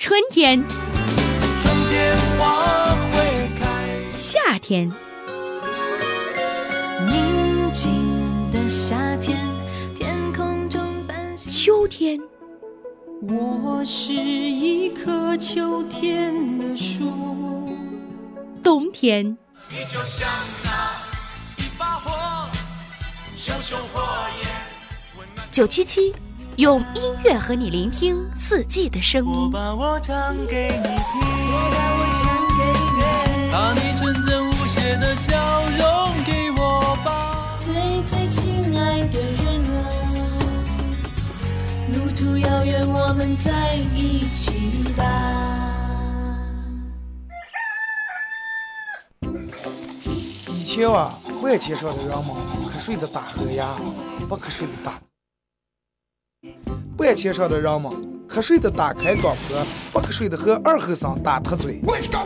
春天、 春天花会开， 夏天、 宁静的夏天，天空中繁星。 秋天、 我是一棵秋天的树， 冬天。 你就像那一把火，熊熊火焰。 977用音乐和你聆听四季的声我音。 把我唱给你听，把你纯真无邪的笑容给我吧。 最亲爱的人啊，路途遥远，我们在一起吧。 以前啊，万千上的人们瞌睡的打河呀，不瞌睡的打；万千上的人们瞌睡的打开广播，不瞌睡的和二和尚打特嘴。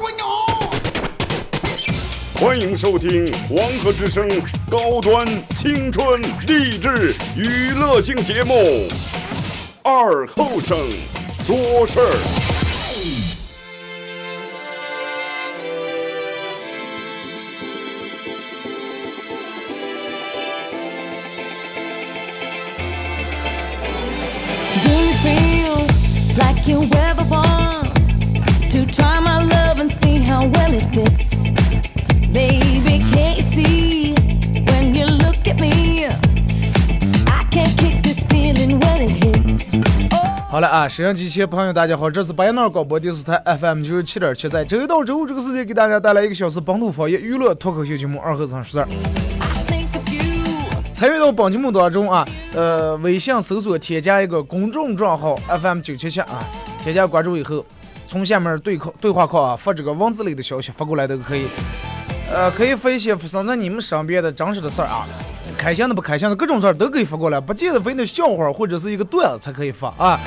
欢迎收听黄河之声高端青春励志娱乐性节目《二后生说事儿》。 Like you ever want to try my love and see how well it fits. Baby, can't you see when you look at me? I can't kick this feeling when it hits. 好了啊，摄像机前朋友大家好，这是白杨那广播电视台 FM 97.7，在周一到周五这个时间给大家带来1个小时本土方言娱乐脱口秀节目《二和尚说事儿》。参与到本节目当中啊，微信搜索添加一个公众账号 FM977啊，添加关注以后，从下面对话框啊发这个文字类的消息发过来都可以，可以发一些发生在你们身边的真实的事儿啊，开心的不开心的各种事儿都可以发过来，不见得非得笑话或者是一个段子才可以发啊。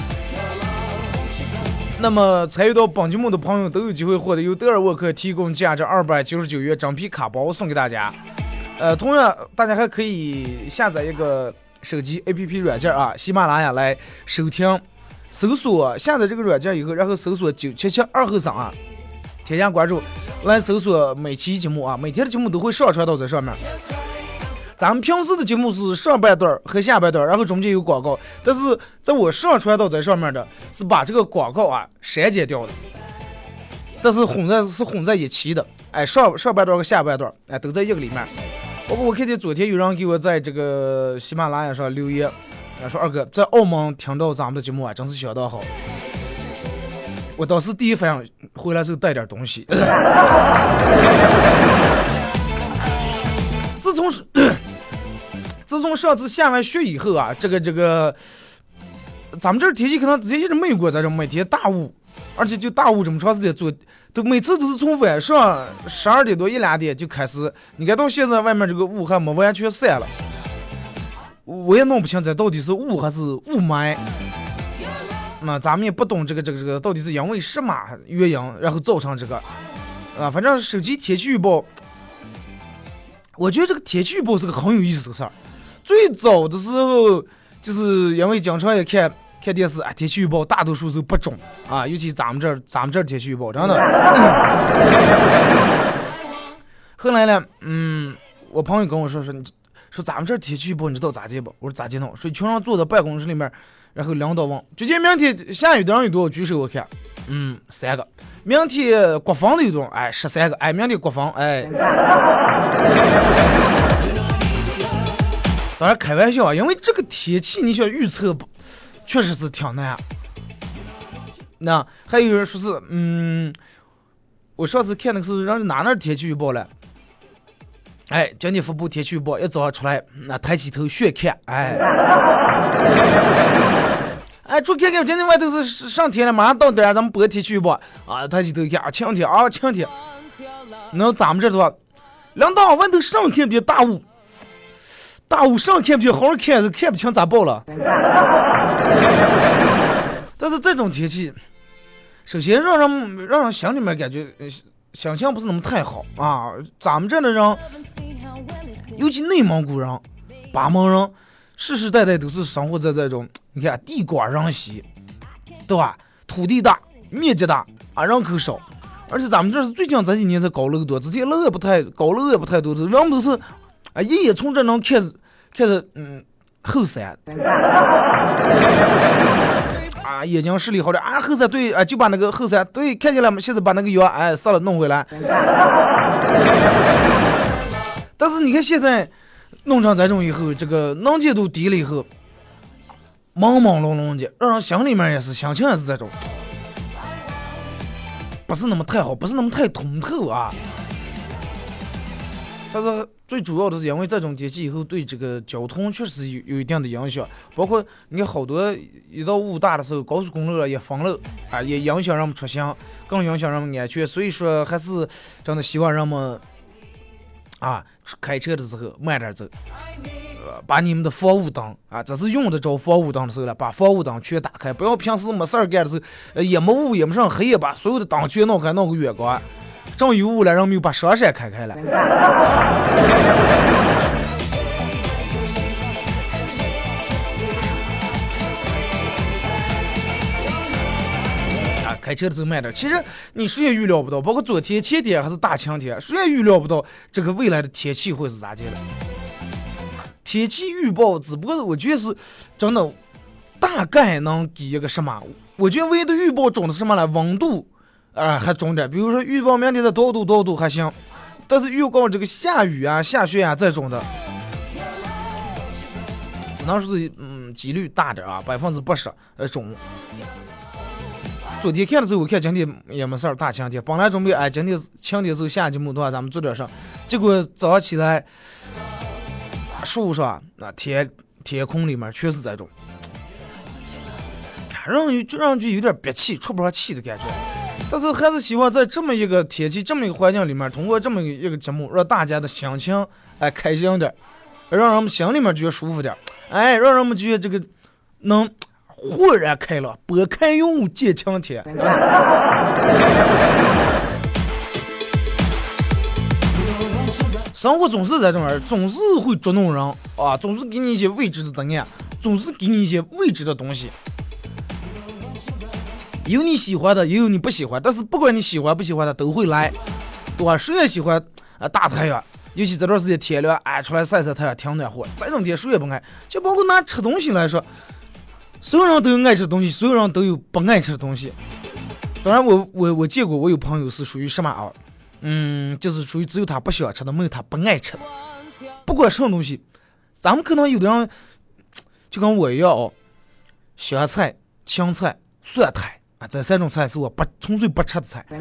那么参与到本节目的朋友都有机会获得由德尔沃克提供价值299元整皮卡包送给大家。同样大家还可以下载一个手机 APP 软件啊，喜马拉雅来收听，搜索下载这个软件以后，然后搜索977二后生啊，添加关注，来搜索每期节目啊，每天的节目都会上传到在上面。咱们平时的节目是上半段和下半段，然后中间有广告，但是在我上传到在上面的是把这个广告啊删减掉的，但是混在一起的，哎，上半段和下半段哎都在一个里面。我看见昨天有人给我在这个喜马拉雅上留言，说二哥在澳门听到咱们的节目啊，真是相当好。我当时第一反应回来时候带点东西。自从上次下完雪以后啊，这个，咱们这儿天气可能之前一直没有过这种每天大雾，而且就大雾这么长时间做。都每次都是从晚上12点多1、2点就开始，你看到现在外面这个雾还没完全散了，我也弄不清这到底是雾还是雾霾。那咱们也不懂这个到底是因为什么原因然后造成这个啊，反正手机天气预报，我觉得这个天气预报是个很有意思的事儿。最早的时候就是因为经常也看电视啊，天气预报大多数是不准啊，尤其咱们这儿天气预报真的。后来呢，我朋友跟我说咱们这儿天气预报你知道咋接不？我说咋接弄？说群上坐在办公室里面，然后领导问，最近明天下雨的人有多少？举手我看，3个。明天刮风的有多少？哎，13个。哎，明天刮风，哎。当然开玩笑啊，因为这个天气你想预测不？确实是挺难。那还有人说是，我上次看那个是让哪天气预报了，哎，今天发布天气预报，一早上出来，那抬起头炫看，哎，哎，出看看，今天外头是上天了，马上到点儿，咱们播天气预报啊，抬起头看啊，晴天啊，晴天。那咱们这的话，领导外头上看别大雾。大雾上看不见，好好看看不清咋报了。但是这种天气，首先让人心里面感觉想象不是那么太好啊。咱们这的人，尤其内蒙古人、巴蒙人，世世代代都是生活在这种你看地广人稀，对吧？土地大， 面积大啊，人口少，而且咱们这是最近这几年才高楼多，之前楼也不太高，楼也不太多，人们都是啊，一眼从这能看着后山啊，眼睛视力好点啊，后山对啊，就把那个后山对看见了嘛，现在把那个药杀了弄回来。但是你看现在弄成这种以后，这个能见度低了以后，朦朦胧胧的，让人心里面也是心情也是这种，不是那么太好，不是那么太通透啊。但是最主要的是因为这种天气以后对这个交通确实有一定的影响，包括你看好多一到雾大的时候，高速公路也封了啊，也影响人们出行，更影响人们安全。所以说还是真的希望人们啊开车的时候慢点走，把你们的防雾灯啊，这是用得着防雾灯的时候了，把防雾灯全打开，不要平时没事干的时候，也没雾也没上黑，也把所有的灯全弄开，弄个月光。正有雾了，人们又把双闪开了。啊，开车的时候慢点。其实你谁也预料不到，包括昨天、前天还是大晴天，谁也预料不到这个未来的天气会是咋的了。天气预报只不过我觉得是真的，大概能给一个什么？我觉得唯一的预报中的什么呢？温度。还中点，比如说预报明天的多少度还行，但是预告这个下雨啊、下雪啊这种的，只能说是几率大点啊，80%中。昨天看的时候，我看今天也没事儿，大晴天，本来准备今天晴天的时候下节目的话，咱们做点上，结果早上起来，树上那天空里面全是这种，让人就有点憋气、喘不上气的感觉。但是还是希望在这么一个天气、这么一个环境里面，通过这么一个节目，让大家的心情开心点，让人们心里面觉得舒服点，让人们觉得这个能豁然开朗，拨开云雾见晴天。生活总是在这玩意儿，总是会捉弄人啊，总是给你一些未知的答案，总是给你一些未知的东西。有你喜欢的，也有你不喜欢，但是不管你喜欢不喜欢的都会来，对吧？谁也喜欢大太阳，尤其这段时间天凉，出来晒晒太阳挺暖和。这种天谁也不爱，就包括拿吃东西来说，所有人都有爱吃的东西，所有人都有不爱吃的东西。当然我见过，我有朋友是属于什么啊？就是属于只有他不喜欢吃的，没有他不爱吃的。不管什么东西，咱们可能有的人就跟我一样香菜、青菜、蒜苔。这三种菜是我纯粹不吃的菜。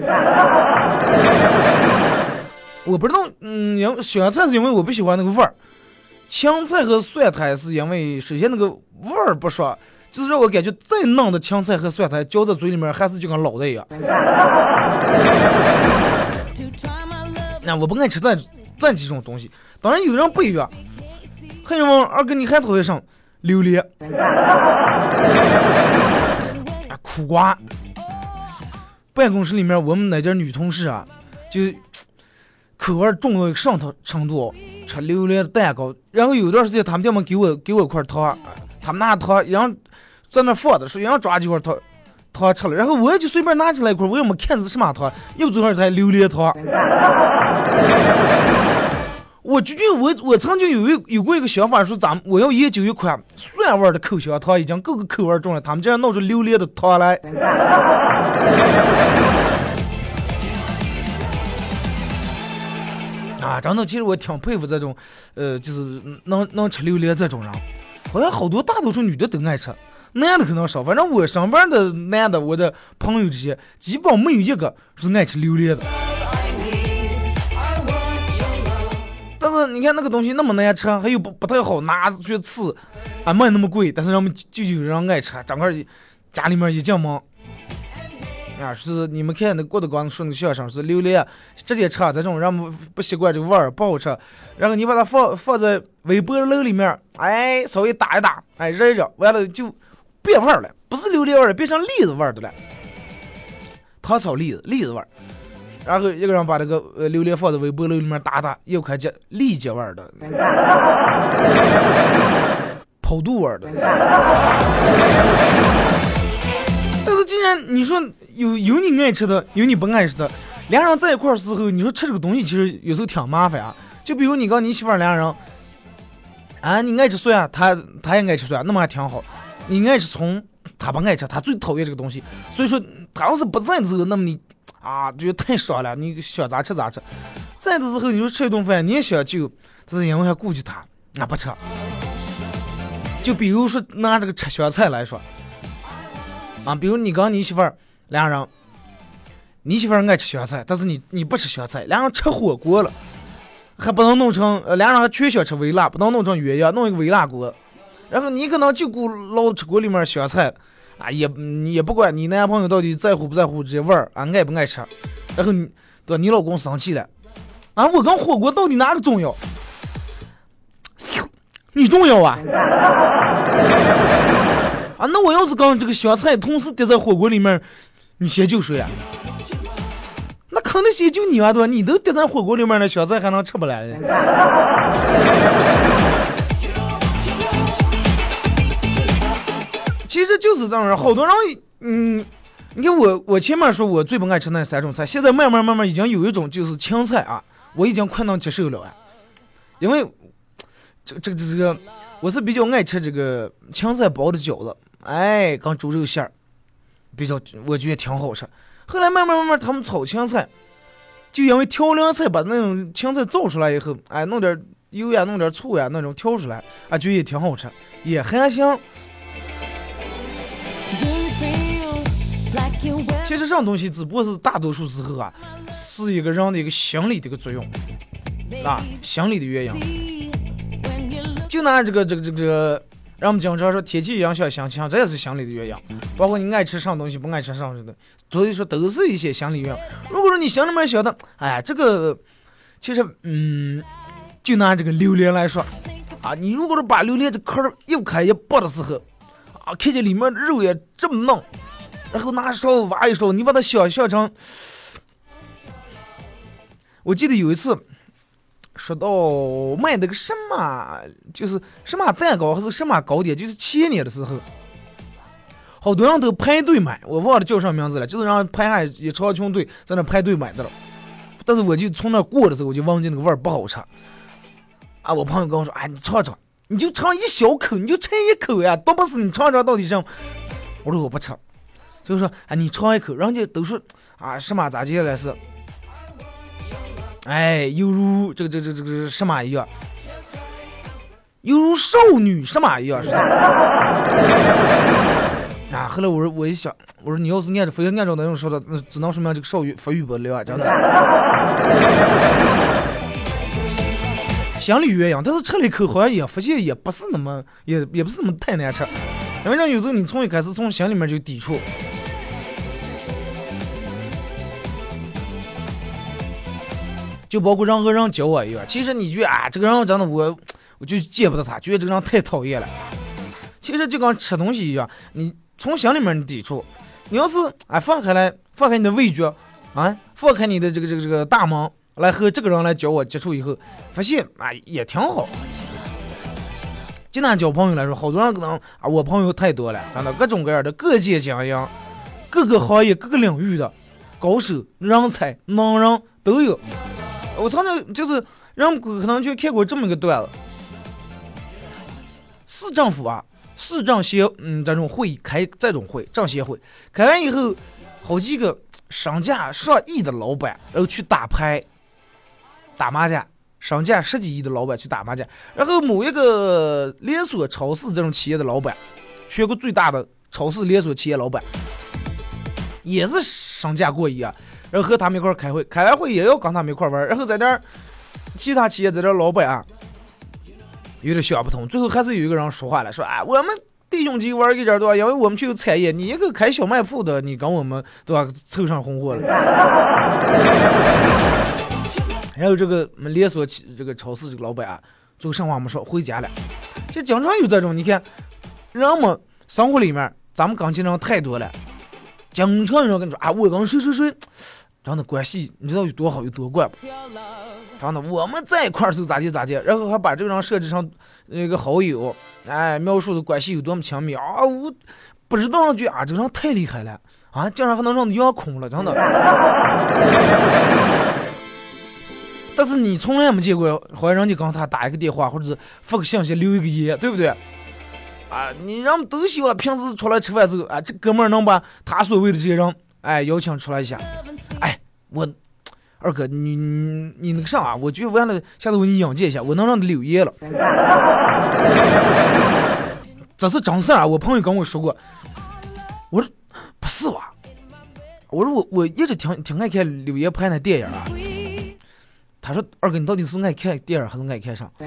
我不知道，香菜是因为我不喜欢那个味儿，青菜和蒜苔是因为首先那个味儿不爽，就是让我感觉再嫩的青菜和蒜苔嚼在嘴里面还是就跟老的一样。那我不爱吃这几种东西，当然有人不一样，还有人二哥你还讨厌上榴莲。苦瓜，办公室里面我们那家女同事啊，就口味重到上头程度，吃榴莲蛋糕。然后有段时间他们家们给我一块糖，他们拿糖，然后在那放的，说让抓几块糖吃了，然后我也就随便拿起来一块，我也没看是什么糖，又最后才榴莲糖。我就觉得我曾经有过一个想法，说我要研究一款蒜味的口香糖，已经够个口味重了，他们竟然弄出榴莲的糖来。真的，其实我挺佩服这种，就是能吃榴莲这种人，好像好多大多数女的都爱吃，男的可能少，反正我上班的男的，我的朋友这些，基本没有一个是爱吃榴莲的。但是你看那个东西那么难吃，还有不太好拿去吃，卖那么贵，但是人们就有人爱吃，整个家里面一进门，是你们看那郭德纲说那个相声是榴莲直接吃，这种人们不习惯这个味儿不好吃，然后你把它放在微波炉里面，稍微打一打，热一热，完了就变味儿了，不是榴莲味儿，变成栗子味儿的了，糖炒栗子味儿。然后一个人把这个榴莲放在微波炉里面打，又开始栗子味儿的，跑肚味儿的。但是既然你说有你爱吃的，有你不爱吃的。俩人在一块儿的时候，你说吃这个东西其实有时候挺麻烦啊。就比如你跟你媳妇儿俩人，啊，你爱吃蒜，他也爱吃蒜，那么还挺好。你爱吃葱，他不爱吃，他最讨厌这个东西。所以说，他要是不在的时候，那么你啊，觉得太爽了，你想咋吃咋吃。在的时候，你说吃一顿饭，你也想就，但是因为还顾及他，啊不吃。就比如说拿这个吃香菜来说，啊，比如你跟你媳妇儿俩人。你媳妇儿爱吃香菜，但是你不吃香菜，俩人吃火锅了，还不能弄成俩人还全想吃微辣，不能弄成鸳鸯，弄一个微辣锅。然后你可能就顾捞吃锅里面香菜啊，也不管你男朋友到底在乎不在乎这些味儿啊，爱不爱吃。然后对你老公生气了啊，我跟火锅到底哪个重要？你重要啊！啊，那我要是跟这个香菜同时叠在火锅里面，你先救谁啊？那肯定先救你啊，对吧？你都叠在火锅里面了，香菜还能吃不来？其实就是这样，好多人，你看我前面说我最不爱吃那3种菜，现在慢慢已经有一种就是青菜啊，我已经快能接受了啊，因为这个，我是比较爱吃这个青菜包的饺子，哎，跟猪肉馅儿，比较我觉得挺好吃。后来慢慢他们炒青菜，就因为调凉菜把那种青菜造出来以后，哎，弄点油呀，弄点醋呀，那种调出来，啊，觉得也挺好吃，也还行。其实这种东西只不过是大多数时候啊，是一个人的一个心理的一个作用啊，心理的原因。就拿这个，让我们经常说天气影响心情，这也是心理的原因。包括你爱吃上东西，不爱吃上的，所以说都是一些心理原因。如果说你心里面想的，哎，这个其实，就拿这个榴莲来说啊，你如果是把榴莲这壳又开一剥的时候，啊，看见里面的肉也这么嫩，然后拿勺挖一勺，你把它想象成，我记得有一次。说到卖那个什么，就是什么蛋糕还是什么糕点，就是前年的时候，好多人都排队买，我忘了叫啥名字了，就是让排下一长群队在那排队买的了。但是我就从那过的时候，我就忘记那个味儿不好吃啊！我朋友跟我说：“哎，你尝尝，你就尝一小口，你就尝一口呀，多不是你尝尝到底什么？”我说我不尝，就是说哎，你尝一口，人家都说啊什么咋接来是。哎，犹如这个什么一样，犹如少女什么一样，是吧？啊，后来我一想，我说你要是按照非要按照那种说的，那只能说明这个少女发育不了啊，真的。心理原因，但是吃了一口好像也发现也不是那么也不是那么太难吃，因为有时候你从一开始从心里面就抵触。就包括人和人交往一样，其实你觉得啊，这个人真的我就见不得他，觉得这个人太讨厌了。其实就跟吃东西一样，你从心里面抵触，你要是哎放开你的味觉啊，放开你的这个大门来和这个人来交往接触以后，发现啊也挺好。就拿交朋友来说，好多人可能啊，我朋友太多了，真的各种各样的各界精英，各个行业各个领域的高手人才能人都有。我曾经就是人可能就看过这么一个段子，市政府啊，市政协这种会开这种会政协会开完以后，好几个身价上亿的老板，然后去打牌打麻将，身价10几亿的老板去打麻将，然后某一个连锁超市这种企业的老板，全国最大的超市连锁企业老板，也是身价过亿啊。然后和他们一块开会，开完会也要跟他们一块玩，然后在那儿其他企业在这老板啊有点想不通，最后还是有一个人说话了，说啊，我们弟兄几玩一点对吧？因为我们去有产业，你一个开小卖铺的，你跟我们对吧凑上红火了。还有这个连锁这个超市这个老板啊，最后上话我们说回家了。就经常有这种，你看人们生活里面咱们感情人太多了，经常有人跟你说啊，我跟谁真的关系你知道有多好有多怪不？真的我们在一块儿时候咋地，然后还把这个人设置上那个好友，哎，描述的关系有多么亲密啊！我不知道上句啊，这个人太厉害了啊，竟然还能让你养空了，真的。但是你从来没见过，好像人家刚他打一个电话，或者是发个信息留一个言，对不对？啊，你人们都希望平时出来吃饭之后，啊，这哥们儿能把他所谓的这些人，哎，邀请出来一下。哎，我二哥，你那个啥啊？我觉得完了，下次我给你引荐一下，我能让你留言了。这是真事啊！我朋友跟我说过，我说不是哇，我说我一直挺爱看刘烨拍那电影啊。他说二哥，你到底是爱看电影还是爱看啥？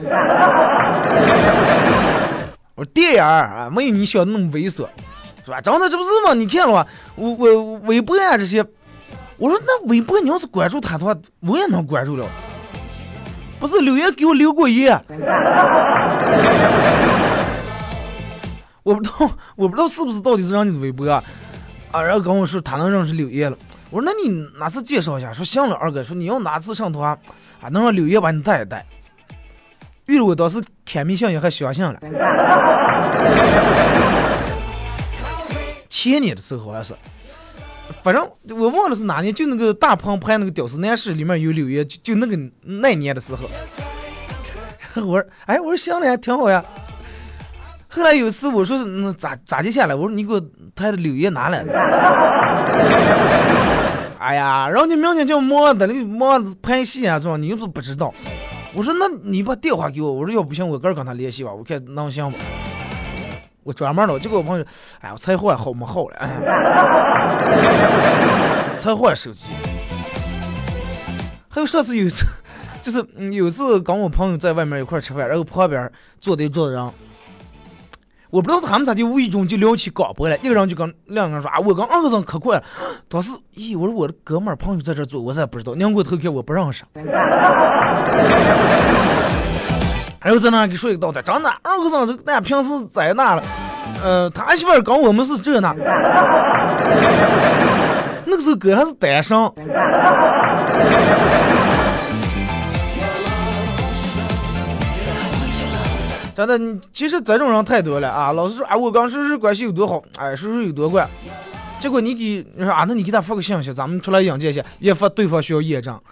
我说电影啊，没有你想的那么猥琐，是吧？真的这不是吗？你看了吧？我微博啊这些，我说那微博你要是关注他的话，我也能关注了。不是刘烨给我留过言。我不知道是不是到底是让你的微博啊，然后跟我说他能认识刘烨了。我说那你哪次介绍一下？说行了，二哥说你要哪次上团啊，能让刘烨把你带一带。遇了我当时看迷信也还相信了。前年的时候好像是，反正我忘了是哪年，就那个大鹏拍那个《屌丝男士》里面有刘烨，就那年的时候。我说哎，我说行了呀，挺好呀。后来有一次我说咋接下来？我说你给我拍的柳叶拿来的。哎呀，然后你明天叫忙的，你忙拍戏啊，这种你又不知道。我说那你把电话给我，我说要不行我跟他联系吧，我看能行吧。我专门的，结果我朋友，哎，我才换好没好了，才换手机。还有上次有一次，就是有一次跟我朋友在外面一块吃饭，然后旁边坐的一桌子人。我不知道他们咋就无意中就聊起广播了，一个人就跟两个人说啊，我跟二哥上可快了。当时，咦，我说我的哥们儿朋友在这坐，我才不知道，娘给我头看我不认识。然后在那给说一个道理，真的，二哥上这个平时在那了，他媳妇儿跟我们是这那，那个时候哥还是单身。真的，你其实这种人太多了啊！老是说啊，我跟叔叔关系有多好，哎，叔叔有多怪，结果你说啊，那你给他发个信息，咱们出来引荐一下，也发对方需要验证。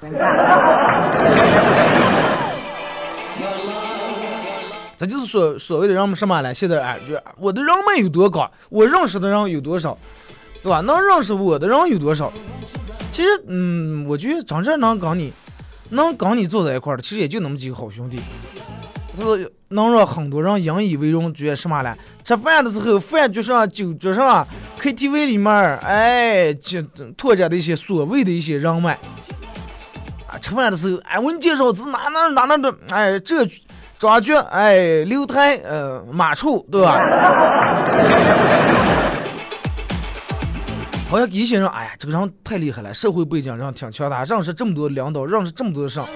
这就是所谓的人们什么呢？现在哎，我的人脉有多高，我认识的人有多少，对吧？能认识我的人有多少？其实，我觉得真正能跟你坐在一块儿的，其实也就那么几个好兄弟。是能让很多人引以为荣，觉得什么呢？吃饭的时候，饭桌上、酒桌上、KTV 里面，哎，拓展的一些所谓的一些人脉啊。吃饭的时候，哎，我给你介绍是哪的，哎，这张局，哎，刘台，马处，对吧？好像一些人，哎呀，这个人太厉害了，社会背景上挺强大，认识这么多领导，认识这么多上。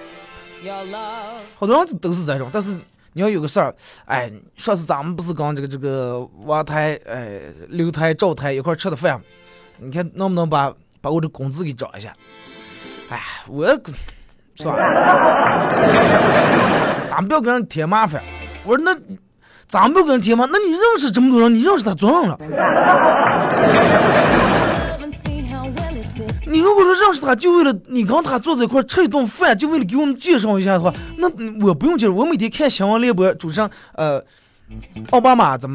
好多人都是这种，但是你要有个事儿，哎，上次咱们不是刚这个王台、哎刘台、赵台一块吃的饭，你看能不能把我的工资给涨一下？哎，我是吧？咱们不要给人添麻烦。我说那咱们不要给人添麻烦，那你认识这么多人，你认识他多少了？你如果说认识他就为了你跟他坐在一块吃一顿饭，就为了给我们介绍一下的话，那我不用介绍，我每天看新闻联播主持人奥巴马怎么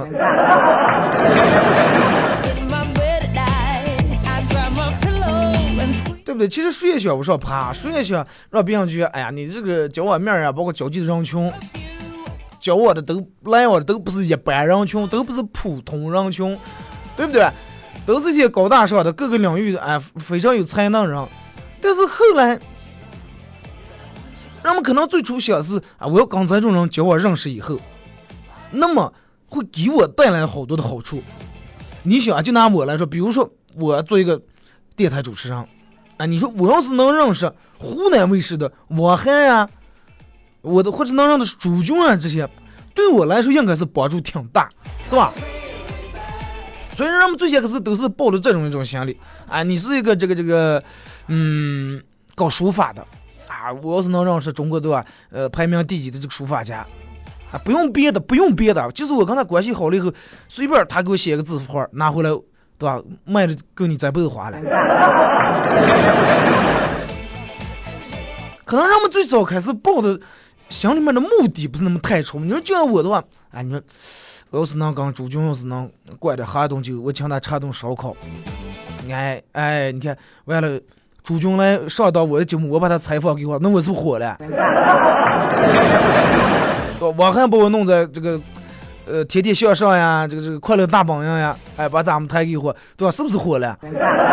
对不对？其实谁也想不上爬，谁也想让别人觉得，哎呀，你这个教我面啊，包括交际的人群，教我的都来我的都不是一般人群，都不是普通人群，对不对？都是一些高大上的各个领域的哎非常有才能人，但是后来人们可能最初想是啊，我要刚才这种人教我认识以后，那么会给我带来好多的好处。你想啊，就拿我来说，比如说我做一个电台主持人，啊，你说我要是能认识湖南卫视的王涵啊，我的或者能认识朱军啊，这些对我来说应该是帮助挺大，是吧？所以人们最先可是都是抱着这种一种心理啊，你是一个这个搞书法的啊，我要是能认识中国对吧排名第几的这个书法家啊，不用别的，就是我跟他关系好了以后，随便他给我写个字符号拿回来对吧？卖的够你这辈子花了。可能人们最早开始抱的心里面的目的不是那么太臭。你说就像我的话，哎，你说我要是能跟朱军要是能拐点哈东就我请他吃顿烧烤。哎，你看为了朱军来上到我的节目，我把他采访给我，那我是不是火了？我还把我弄在这个天天向上呀，这个快乐大榜样呀，哎，把咱们台给火，对吧？是不是火了？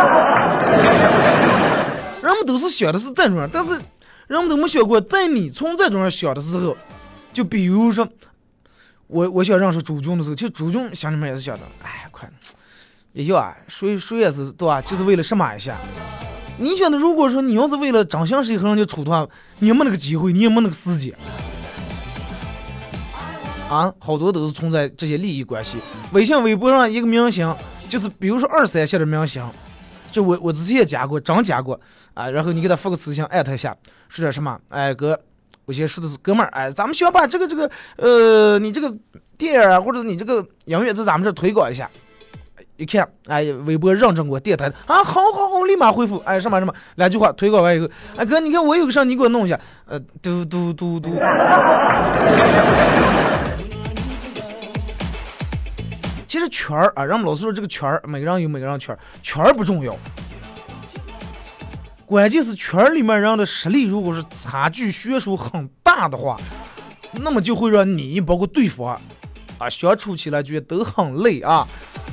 人们都是想的是这种，但是人们都没想过，在你从这种想的时候，就比如说我想认识朱军的时候，其实朱军心里面也是想的，哎，快，也就啊，谁也是对吧？就是为了什么一下。你想的，如果说你要是为了长相谁和人家处的话，你也没那个机会，你也没那个时间。啊，好多都是存在这些利益关系。微信、微博上一个明星，就是比如说2、3线的明星，就我之前也加过，真加过啊。然后你给他发个私信，艾特一下，说点什么？哎哥，我先说的是哥们儿，哎，咱们需要把这个你这个电影啊，或者你这个音乐在咱们这推广一下。一看，哎，微博认证过电台啊，好，立马回复，哎，什么2句话推广完以后，哎哥，你看我有个事你给我弄一下，嘟。其实圈儿啊，让我们老师说这个圈儿，每个人有每个人圈儿不重要，关键是圈儿里面人的实力，如果是差距悬殊很大的话，那么就会让你包括对方啊相处起来觉得都很累啊。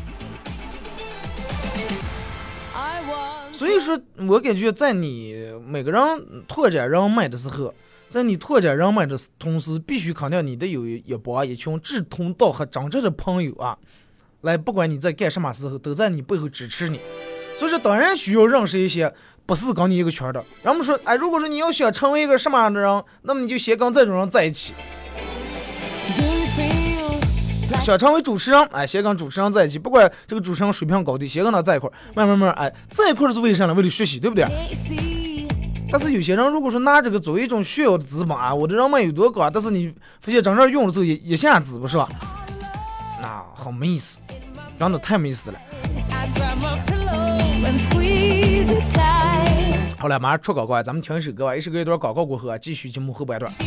所以说我感觉在你每个人拓展人脉的时候，在你拓展人脉的同时，必须肯定你得有一帮一群志同道合真正的朋友啊，来不管你在干什么时候都在你背后支持你。所以说当然需要认识一些不是跟你一个圈的。然后我们说，哎，如果说你要想成为一个什么样的人，那么你就先跟这种人在一起。想成为主持人，哎，先跟主持人在一起，不管这个主持人水平高低，先跟他在一块儿，慢慢，哎，在一块儿是为啥呢？为了学习，对不对？但是有些人如果说拿这个作为一种炫耀的资本啊，我的人脉有多高，但是你发现真正用的时候也下子不是吧？那好没意思，真的太没意思了。好了，马上出广告，咱们听一首歌吧，一首歌一段广告过后啊，继续节目后半段。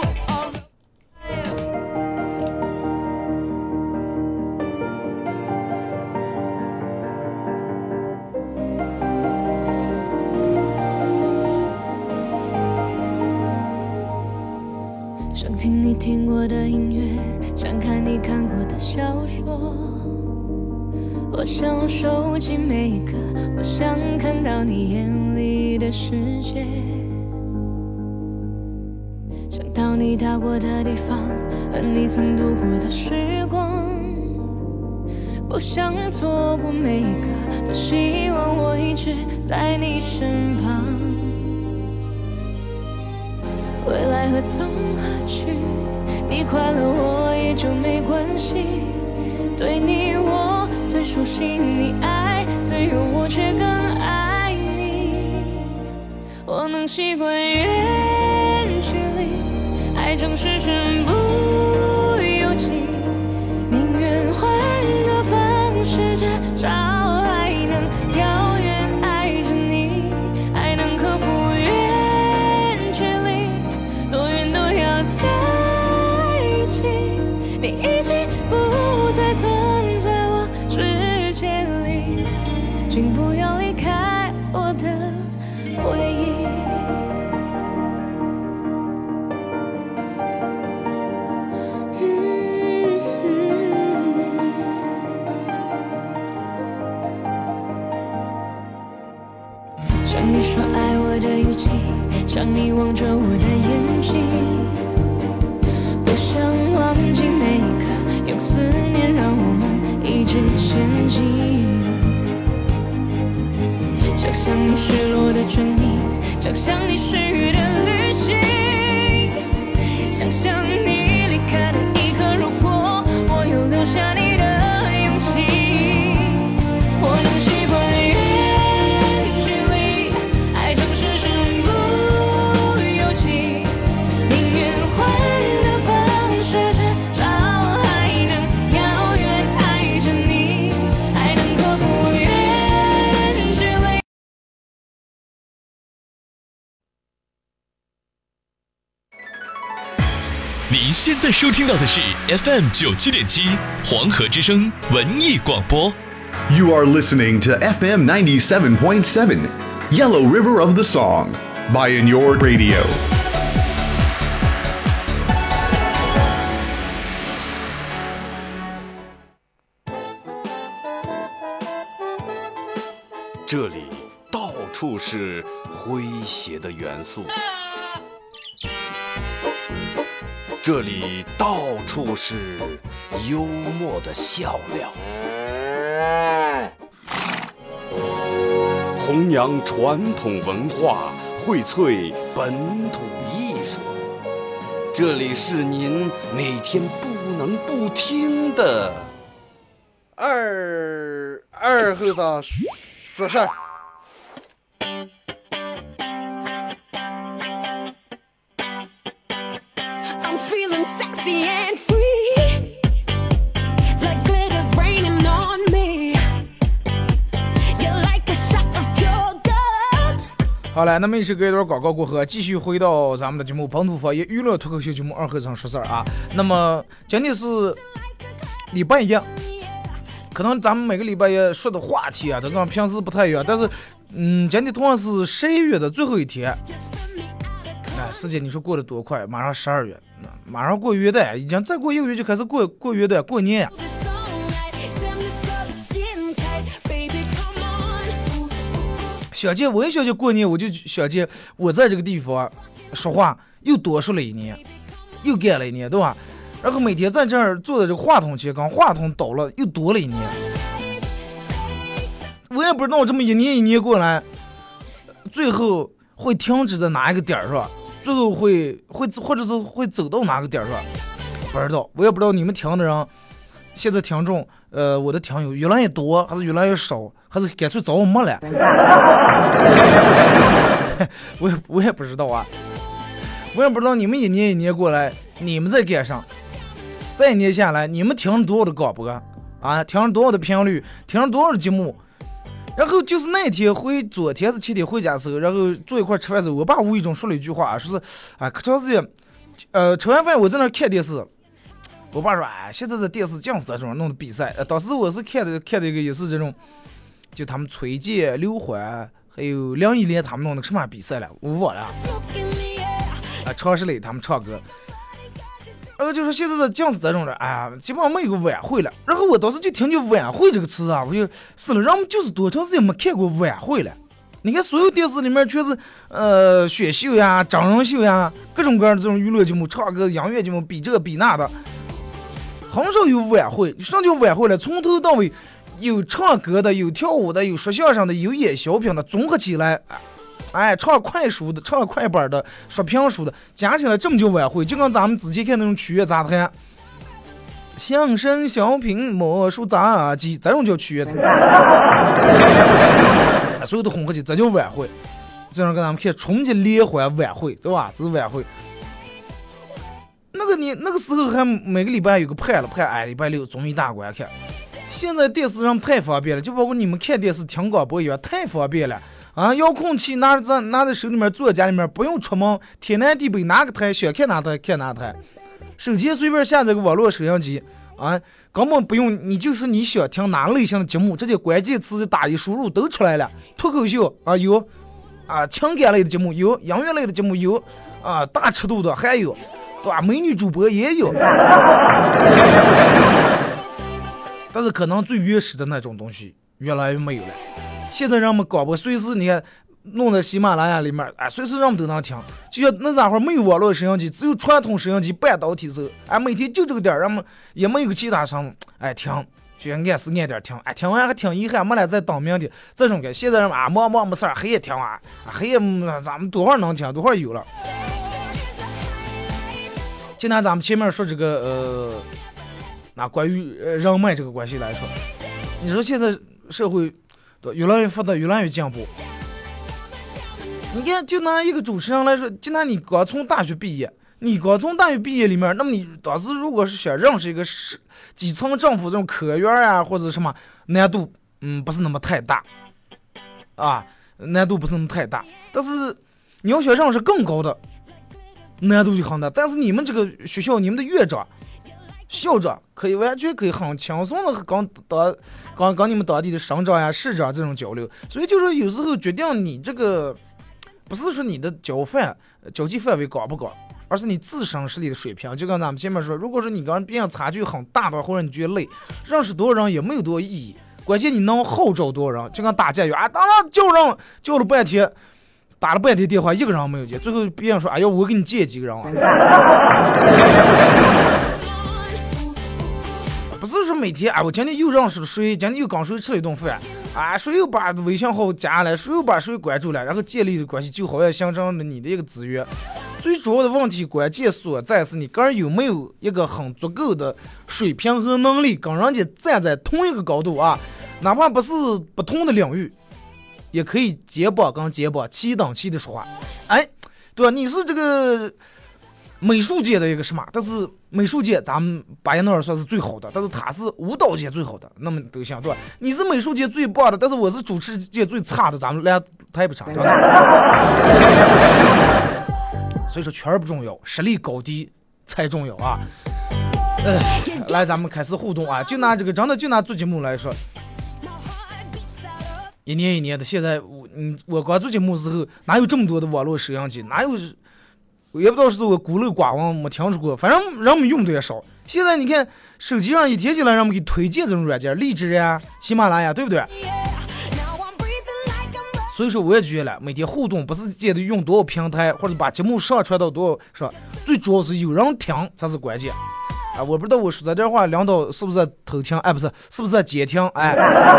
想听你听过的音乐，想看你看过的小说，我想收集每一个，我想看到你眼里的世界，想到你到过的地方和你曾度过的时光，不想错过每一个，多希望我一直在你身旁。未来何从何去，你快乐我也就没关系，对你我最熟悉，你爱最有我却更爱你，我能习惯远距离，爱总是身不由己，宁愿换个方式至少还能遥远爱着你，还能克服远距离，多远都要在一起，你已经不再存在我世界里，请不要离开我的回忆。像你说爱我的语气，像你望着我的眼睛，不想忘记每一刻，用思念让我们一直前进。想象你失落的唇印，想象你失语的旅行，想象你离开的一刻，如果我有留下你的勇气，我能习惯远距离，爱总是身不由己，宁愿换个方式，至少还能遥远爱着你，还能克服您现在收听到的是 FM97.7黄河之声文艺广播。 You are listening to FM 97.7 Yellow River of the Song by In Your Radio. 这里到处是诙谐的元素，这里到处是幽默的笑料，弘扬传统文化，荟萃本土艺术。这里是您每天不能不听的二后生说事儿。 I'm feeling sexy and free, like glitter's raining on me. You're like a shot of pure gold. 好了，那么一首歌一段广告过后，继续回到咱们的节目本土方言娱乐脱口秀节目二和尚说事儿啊。那么今天是礼拜一，可能咱们每个礼拜也说的话题啊，都跟平时不太一样，但是今天同样是11月的最后一天。哎，时间你说过得多快，马上12月，马上过元旦，已经再过1个月就开始过元旦过年呀。想见我也想见过年，我就想见我在这个地方说话又多说了一年，又干了一年，对吧？然后每天在这儿坐在这个话筒前，刚话筒倒了又多了一年。我也不知道这么一年一年过来，最后会停止在哪一个点儿是吧？最后会或者是会走到哪个点儿是吧？不知道，我也不知道你们听的人现在听众我的听友越来越多还是越来越少，还是干脆找我没了。我也不知道啊，我也不知道你们一年一年过来你们在干上，再一年下来你们听了多少的广播啊，听了多少的频率，听了多少的节目。然后就是那天昨天是7点回家的时候，然后坐一块吃饭的时候，我爸无意中说了一句话，说是可长时间吃完饭我在那看电视，我爸说现在这电视净是这种弄的比赛，当时我是看的一个也是这种，就他们崔健、刘欢还有梁一莲他们弄的什么比赛了，我忘了常石磊他们唱歌。然后就说现在的净是这种的，基本上没有个晚会了。然后我当时就听见晚会这个词啊，我就是了，人们就是多长时间没看过晚会了。你看所有电视里面全是选秀呀、真人秀呀，各种各样的这种娱乐节目、唱歌、音乐节目，比这比那的，很少有晚会。上叫晚会了，从头到尾有唱歌的，有跳舞的，有说相声的，有演小品的，综合起来。唱快书的，唱快板的，说评书的，加起来这么叫晚会，就跟咱们之前看那种曲艺杂谈、相声、小品、魔术、杂技，这种叫曲艺，所有的混合起，这叫晚会。这样跟咱们看春节联欢晚会，对吧？这是晚会。那个时候还每个礼拜有个判礼拜六综艺大观看。现在电视上太方便了，就包括你们看电视、听广播一样，太方便了。遥控器拿在手里面，坐在家里面不用出门，天南地北哪个台想看哪台看哪台，手机随便下载个网络收音机根本不用，你就是你想听哪类型的节目，这些关键词打一输入都出来了，脱口秀有情感类的节目有，音乐类的节目有大尺度的还有，对吧？美女主播也有，但是可能最原始的那种东西越来越没有了。现在人们广播随时你看弄在喜马拉雅里面，随时人们都能听。就像那会儿没有网络收音机，只有传统收音机半导体时候，每天就这个点儿，人们也没有其他声，听，就按时按点听，听完还挺遗憾，没了再当明天这种感。现在人忙没事儿，黑夜听黑夜咱们多会儿能听，多会儿有了。今天咱们前面说这个关于人脉这个关系来说，你说现在社会越来越发达，越来越进步。你看，就拿一个主持人来说，就拿你刚从大学毕业，里面，那么你当时如果是想认识一个基层政府这种科员或者什么，难度不是那么太大难度不是那么太大。但是你要想认识更高的， 难度就很大。但是你们这个学校，你们的院长、校长可以完全可以很轻松的跟你们当地的省长呀、市长这种交流。所以就说有时候决定你这个不是说你的交际范围广不广，而是你自身实力的水平。就跟咱们前面说，如果说你跟别人差距很大的话，或者你觉得累，认识多少人也没有多少意义。关键你能号召多少人，就跟打架一样啊，当然叫了半天，打了半天电话，一个人没有接，最后别人说，哎呀，我给你借几个人啊。不是说每天啊，我今天又认识了谁，今天又跟谁吃了一顿饭啊，谁又把微信号加下来，谁又把谁关注了，然后建立的关系就好像形成了你的一个资源。最主要的问题关键所在是你个人有没有一个很足够的水平和能力，跟人家站在同一个高度啊，哪怕不是不同的领域，也可以肩膀跟肩膀齐等齐的说话。哎，对吧？你是这个美术界的一个什么？但是美术界咱们巴彦淖尔算是最好的，但是他是舞蹈界最好的，那么都像对吧？你是美术界最棒的，但是我是主持界最差的，咱们俩太不差。所以说权儿不重要，实力高低才重要啊。来，咱们开始互动啊！就拿做节目来说，一年一年的，现在我刚做节目的时候，哪有这么多的网络摄像机？哪有？我也不知道是我孤陋寡闻，没听说过。反正人们用的也少。现在你看手机上一贴起来，人们给推荐这种软件，荔枝呀、喜马拉雅，对不对？所以说我也觉得每天互动不是记得用多少平台，或者把节目上传到多少，是吧？最主要是有人听才是关键啊！我不知道我说在这话，领导是不是在偷听？哎，不是，是不是在监听？哎，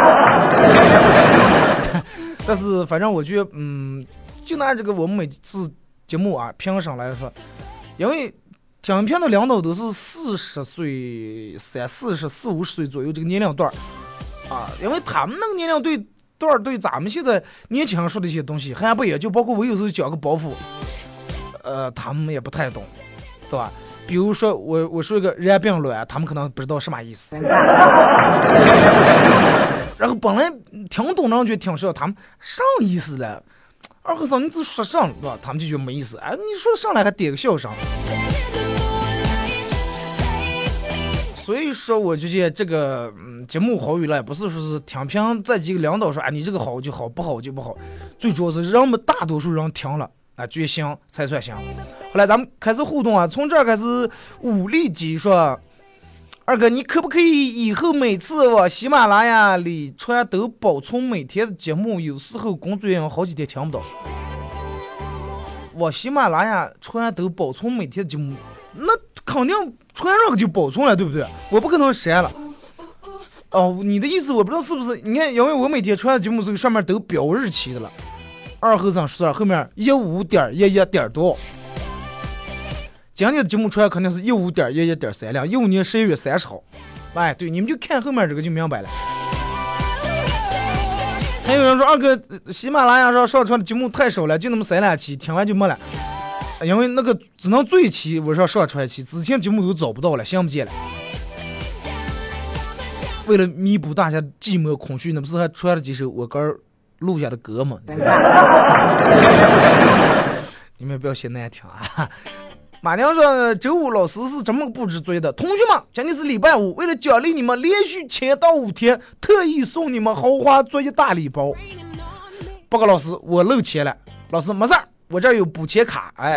但是反正我觉得，就拿这个我们每次节目啊评上来说，因为听评的领导都是40岁、40、50岁左右这个年龄段啊，因为他们那个年龄段对咱们现在年轻人说的一些东西还不也就包括我有时候讲个包袱，他们也不太懂，对吧？比如说我说一个燃并卵，他们可能不知道什么意思。然后本来听懂人觉得挺少，他们啥意思了？二和尚你只说上了，对吧？他们就觉得没意思。哎，你说上来还点个笑声。所以说，我就觉得这个节目好与赖，不是说是听评这几个领导说，哎，你这个好就好，不好就不好。最主要是人们大多数人听了，啊，觉得行才算行。后来咱们开始互动啊，从这儿开始武力级说，二哥，你可不可以以后每次往喜马拉雅里传都保存每天的节目？有时候工作人员好几天听不到。往喜马拉雅传都保存每天的节目，那肯定传上就保存了，对不对？我不可能删了。哦，你的意思我不知道是不是？你看，因为我每天传的节目时候上面都标日期的了。二和尚说后面15.11多。今天的节目出来肯定是15.11.30，15年11月30号。哎，对，你们就看后面这个就明白了。还有人说二哥，喜马拉雅上传的节目太少了，就那么3-2期，听完就没了。因为那个只能最期我上传一期，之前节目都找不到了，想不见了。为了弥补大家寂寞空虚，那不是还传了几首我刚录下的歌吗？你们不要嫌难听啊！马娘说周五老师是这么布置作业的，同学们，今天是礼拜五，为了奖励你们连续签到5天，特意送你们豪华作业大礼包。报告老师，我漏签了。老师没事儿，我这儿有补签卡。哎，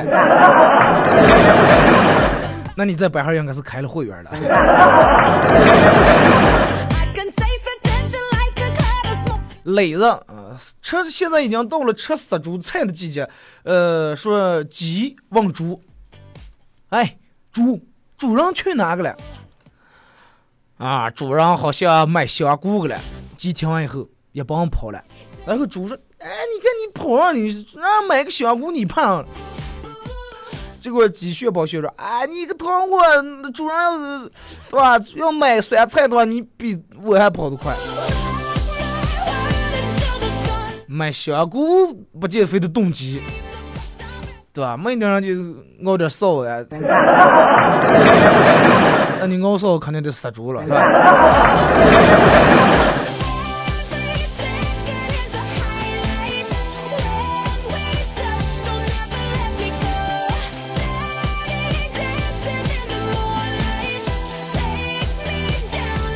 那你在白号应该是开了会员了。磊子吃现在已经到了吃死猪菜的季节，说鸡问猪，哎，主人去哪个了？啊，主人好像买香菇去了。鸡听完以后也不让跑了，然后猪说，哎，你看你跑上你让买个香菇你胖了。结果鸡血包血说，哎，你个糖货，主人要是对吧要买酸菜的话，你比我还跑得快。买香菇不见非得冻鸡，对吧？没点上就熬点臊呀，那你熬臊肯定得杀猪了，是吧？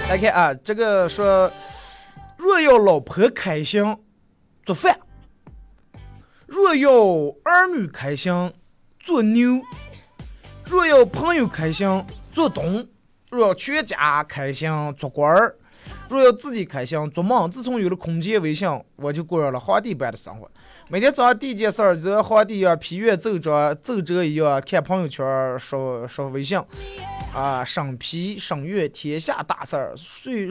来看啊，这个说，若要老婆开心做饭，若要儿女开心做牛，若要朋友开心做东，若要全家开心做官儿，若要自己开心做梦。自从有了空间微信，我就过上了皇帝般的生活。每天早上第一件事儿，就和皇帝一样批阅奏折一样，看朋友圈，刷微信，啊，审批审阅天下大事儿，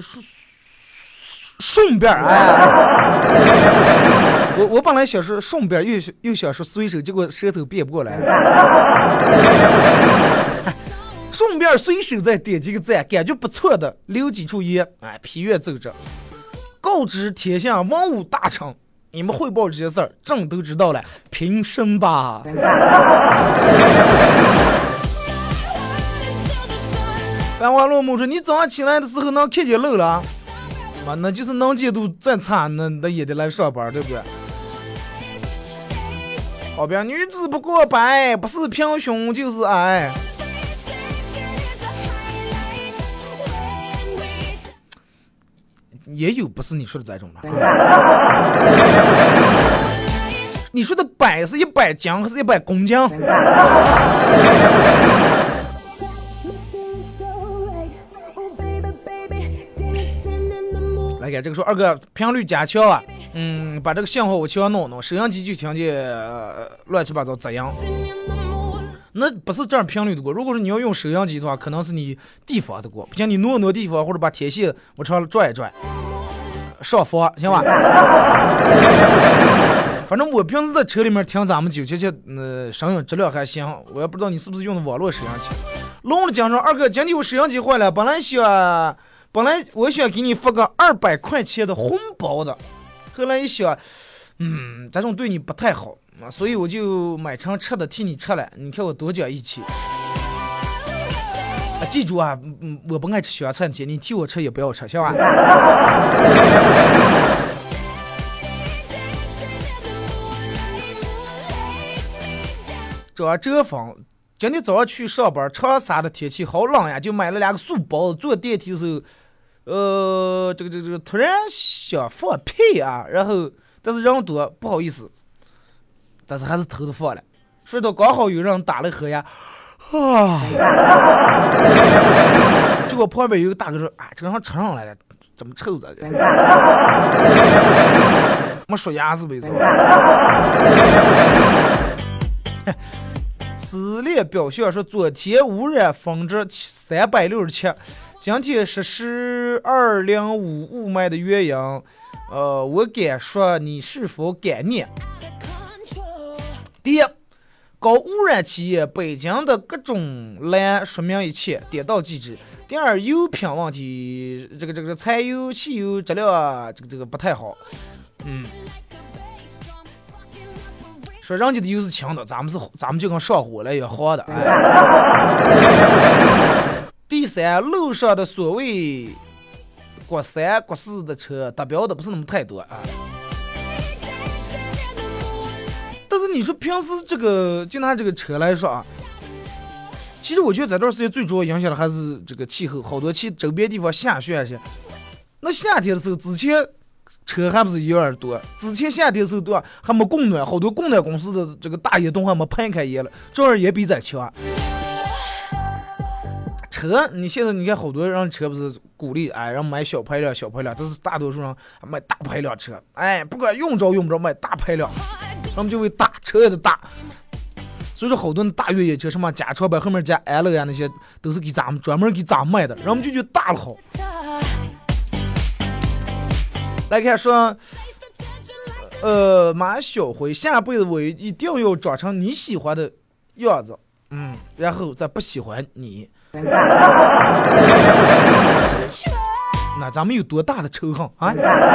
顺便哎，我本来想说顺便，又想说随手，结果舌头变不过来。顺便随手再点几个赞，感觉不错的留几处言，哎，批阅奏折，告知天下文武大臣。你们汇报这些事儿，朕都知道了，平身吧。繁华落幕说，你早上起来的时候能看见路了，那就是能见度再差，那也得来上班，对不对？好比女子不过百，不是平胸就是矮。也有不是你说的这种的。你说的百是100斤还是100公斤？来给这个说，二哥频率加强啊，把这个信号我强弄，收音机就听见乱七八糟杂音。那不是这样频率的过，如果是你要用收音机的话，可能是你地方的过，不像你挪地方或者把天线往上转一转，上佛行吧？反正我平时在车里面听咱们977，声音质量还行。我也不知道你是不是用的网络收音机。龙的讲说，二哥，今天我收音机坏了，本来我想给你发个200块钱的红包的，后来一想，这种对你不太好。所以我就买成吃的替你吃了，你看我多讲义气。记住啊，我不爱吃香菜，你替我吃也不要吃，行吧？这风，今天早上去上班，长沙的天气好冷呀，就买了2个素包子。坐电梯的时候，这个突然想放屁啊，然后但是人多不好意思。但是还是偷着放了，说到刚好有人打了盒呀，结果旁边有个大哥说：“啊，这个上车上来了，怎么臭着？我说牙是没错。”撕裂表现说，昨天污染峰值367，今天实施205雾霾的原因，我敢说你是否感念？第一，高污染企业北京的各种蓝说明一切，点到即止。第二，油品问题，这个柴油、汽油质量这个不太好。说人家的油是轻的，咱们就跟上火了一样黄的。第三，路上的所谓国3、国4的车达标的不是那么太多啊。但是你说平时就拿这个车来说啊，其实我觉得这段时间最主要影响的还是这个气候，好多周边地方下雪些。那夏天的时候，之前车还不是有点多，之前夏天的时候多还没供暖，好多供暖公司的这个大烟囱还没喷开烟了，这样也比咱强。车，你现在你看好多人车不是鼓励让买小排量，都是大多数人买大排量车，不管用着用不着买大排量。他们就会大车也是大，所以说好多大越野车什么加长版后面加 L 呀，那些都是给咱们专门给咱们卖的，然后我们就觉得大了好。来看说，马小辉，下辈子我一定要长成你喜欢的样子，然后再不喜欢你。那咱们有多大的仇恨啊？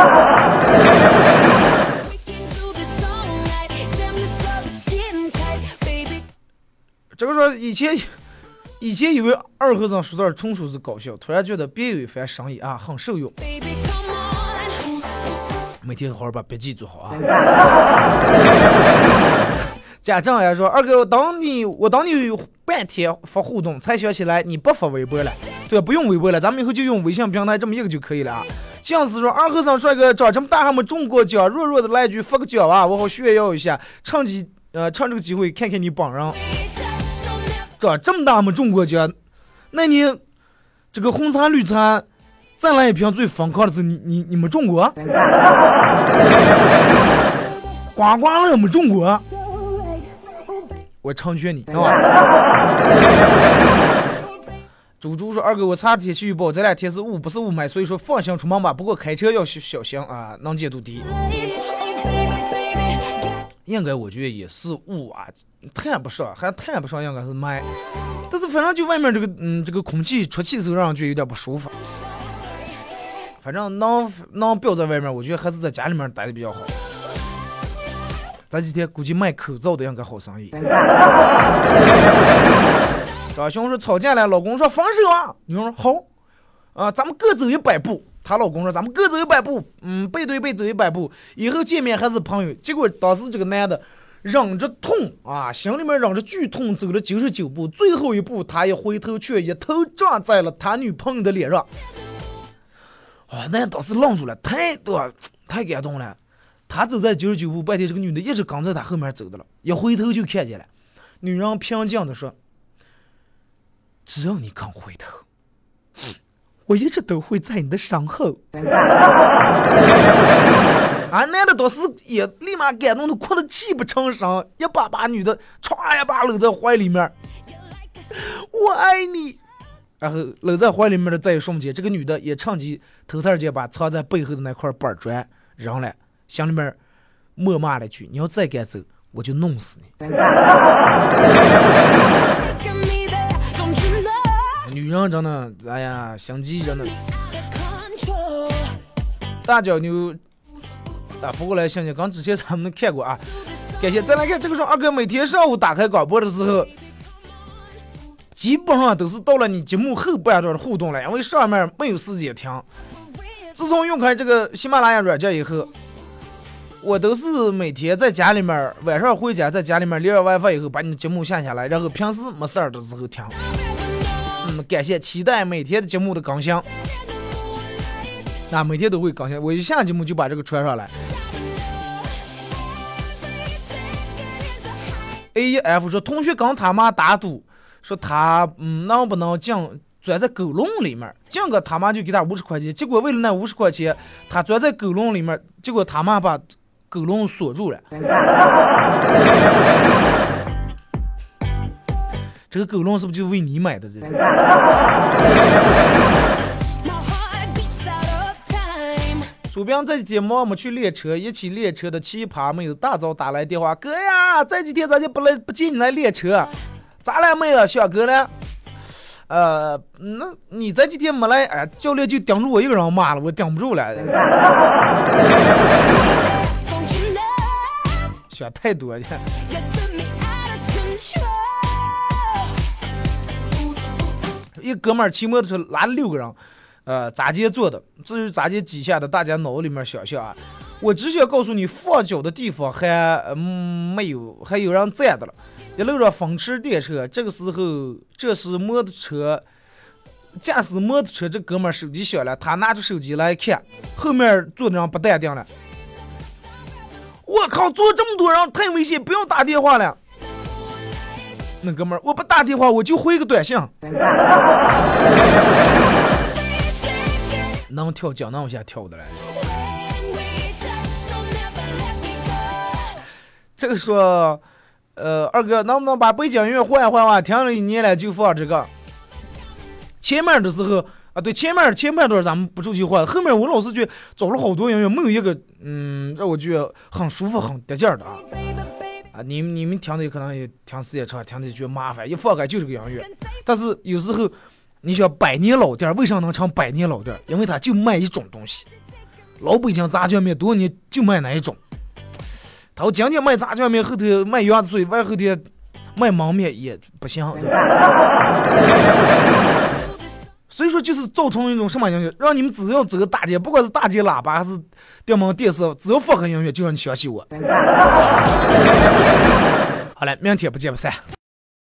这个说以前以为二和尚说点充数是搞笑，突然觉得别有一番深意啊，很受用。每天好好把笔记做好啊。家长也说，二哥我等你半天发互动，才想起来你不发微博了。 对，不用微博了，咱们以后就用微信平台这么一个就可以了啊。酱死说二和尚帅哥长这么大还没中过奖，弱弱的来一句发个奖啊，我好炫耀一下，趁这个机会看看你本人。长这么大还没中过奖，那你这个红茶绿茶再来一瓶最疯狂的是你没中过？刮刮乐没中过？我成全你，是吧？猪猪说二哥，我查天气预报，这两天是雾，不是雾霾，所以说放心出门吧。不过开车要小心啊，能见度低。应该我觉得也是雾啊，谈不上，还谈不上应该是霾。但是反正就外面这个空气出气的时候让人觉得有点不舒服。反正能不要在外面，我觉得还是在家里面待的比较好。这几天估计卖口罩的应该好生意。小熊说吵架了，老公说分手啊，女人说好啊，咱们各走100步。她老公说咱们各走100步，背对背走100步，以后见面还是朋友。结果当时这个男的忍着痛啊，心里面忍着剧痛，走了99步，最后一步他一回头却一头撞在了他女朋友的脸上。啊，那当时愣住了，太感动了。他走在99步，半天这个女的一直跟在他后面走的了，一回头就看见了。女人平静的说：“只要你肯回头，我一直都会在你的身后。”啊，男的当时也立马感动的哭得泣不成声，一把女的歘一把搂在怀里面，我爱你。然后搂在怀里面的再也说不见，这个女的也趁机偷偷间把藏在背后的那块板砖扔了，心里面默骂了句：“你要再敢走，我就弄死你。”女人真的，哎呀，心机真的。大脚妞打不过来，相信刚之前咱们看过啊。感谢再来看这个时候，二哥每天上午打开广播的时候，基本上都是到了你节目后半段的互动了，因为上面没有时间听。自从用开这个喜马拉雅软件以后，我都是每天在家里面晚上回家，在家里面连上 WiFi 以后把你的节目下下来，然后平时没事儿的时候听。感谢期待每天的节目的更新，那每天都会更新，我一下节目就把这个传上来。AF 说同学跟他妈打赌，说他能不能钻在狗笼里面，进个他妈就给他50块钱，结果为了那50块钱，他钻在狗笼里面，结果他妈把狗笼锁住了。这个狗笼是不是就为你买的？鼠标这几天我们去练车，一起练车的奇葩妹子大早打来电话，哥呀，这几天咱就不接你来练车，咋了妹子？小哥呢？那你这几天没来，哎，教练就顶住我一个人骂了，我顶不住了。想太多了。一哥们儿骑摩托车拉了6个人，咋接做的？至于咋接几下的，大家脑里面想象啊。我只想告诉你，放脚的地方还没有，还有人站的了。一路上风驰电掣，这时摩托车驾驶摩托车这哥们儿手机响了，他拿出手机来看，后面坐的人不淡定了。我靠，坐这么多人太危险，不要打电话了。那哥们儿，我不打电话，我就回个短信。能跳江南往下跳的来。这个说，二哥能不能把背景音乐换一换啊？听了1年了就放这个。前面的时候啊，对，前半段咱们不出去换，后面我老是觉得找了好多音乐，没有一个让我觉得很舒服、很得劲儿的啊。啊，你们听的可能也听时间长，听的觉得麻烦，一放开就这个音乐。但是有时候你想百年老店为啥能成百年老店？因为它就卖一种东西，老北京炸酱面多年就卖哪一种。他说今天卖炸酱面，后天卖鸭子嘴，外后天卖焖面也不行，对吧？所以说就是造成一种什么音乐，让你们只要走个大街，不管是大街喇叭还是电门电视，只要放个音乐就让你想起我。好嘞，明天不见不散。